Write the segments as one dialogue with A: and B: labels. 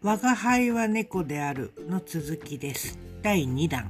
A: 我が輩は猫であるの続きです。第2弾。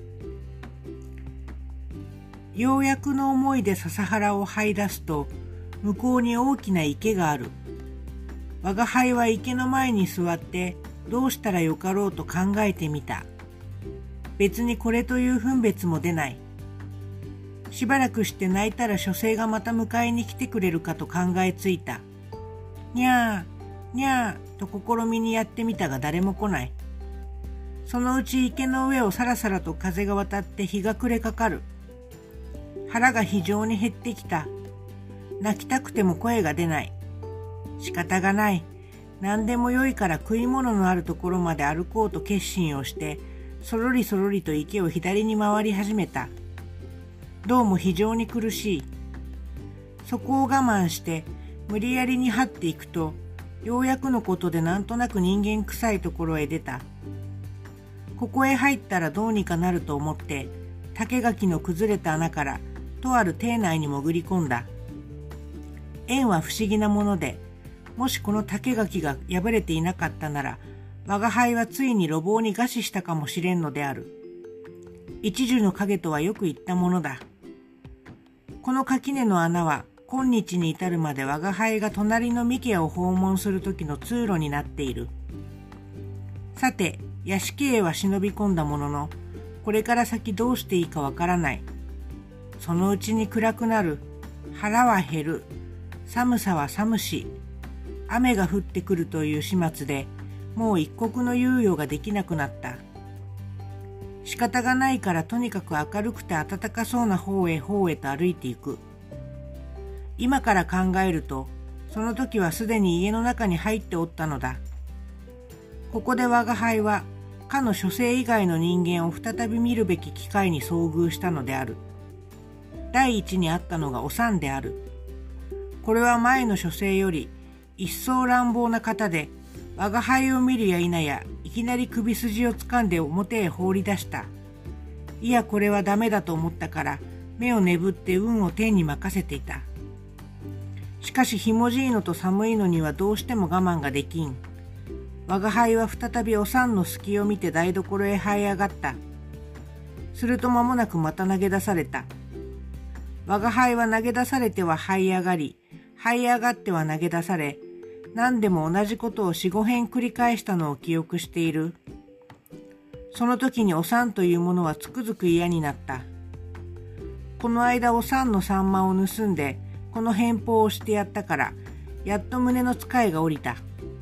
A: ようやくの思いで笹原を這い出すと、向こうに大きな池がある。我が輩は池の前に座ってどうしたらよかろうと考えてみた。別にこれという分別も出ない。しばらくして泣いたら書生がまた迎えに来てくれるかと考えついた。にゃー、にゃーと試みにやってみたが誰も来ない。そのうち池の上をさらさらと風が渡って日が暮れかかる。腹が非常に減ってきた。泣きたくても声が出ない。仕方がない。何でもよいから食い物のあるところまで歩こうと決心をして、そろりそろりと池を左に回り始めた。どうも非常に苦しい。そこを我慢して無理やりに這っていくと、ようやくのことでなんとなく人間臭いところへ出た。ここへ入ったらどうにかなると思って、竹垣の崩れた穴からとある邸内に潜り込んだ。縁は不思議なもので、もしこの竹垣が破れていなかったなら、我が輩はついに路傍に餓死したかもしれんのである。一樹の影とはよく言ったものだ。この垣根の穴は今日に至るまで我が輩が隣の三家を訪問する時の通路になっている。さて、屋敷へは忍び込んだものの、これから先どうしていいかわからない。そのうちに暗くなる。腹は減る。寒さは寒し。雨が降ってくるという始末で、もう一刻の猶予ができなくなった。仕方がないからとにかく明るくて暖かそうな方へと歩いていく。今から考えると、その時はすでに家の中に入っておったのだ。ここで我が輩は、かの書生以外の人間を再び見るべき機会に遭遇したのである。第一にあったのがおさんである。これは前の書生より一層乱暴な方で、我が輩を見るや否や、いきなり首筋をつかんで表へ放り出した。いやこれはダメだと思ったから、目をねぶって運を天に任せていた。しかしひもじいのと寒いのにはどうしても我慢ができん。我が輩は再びおさんの隙を見て台所へ這い上がった。すると間もなくまた投げ出された。我が輩は投げ出されては這い上がり、這い上がっては投げ出され、何でも同じことを4、5遍繰り返したのを記憶している。その時におさんというものはつくづく嫌になった。この間おさんのサンマを盗んで、この返報をしてやったから、やっと胸のつかえが下りた。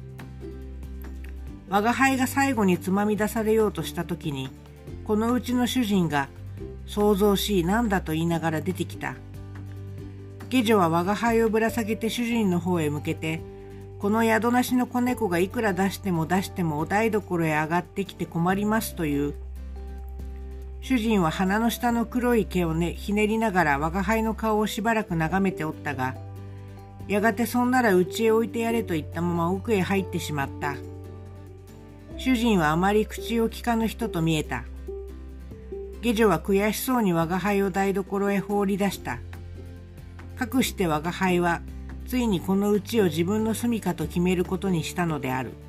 A: 我が輩が最後につまみ出されようとした時に、このうちの主人が、騒々しいなんだと言いながら出てきた。下女は我が輩をぶら下げて主人の方へ向けて、この宿なしの子猫がいくら出してもお台所へ上がってきて困りますという。主人は鼻の下の黒い毛をひねりながら我が輩の顔をしばらく眺めておったが、やがてそんなら家へ置いてやれと言ったまま奥へ入ってしまった。主人はあまり口を聞かぬ人と見えた。下女は悔しそうに我が輩を台所へ放り出した。かくして我が輩は、ついにこの家を自分の住みかと決めることにしたのである。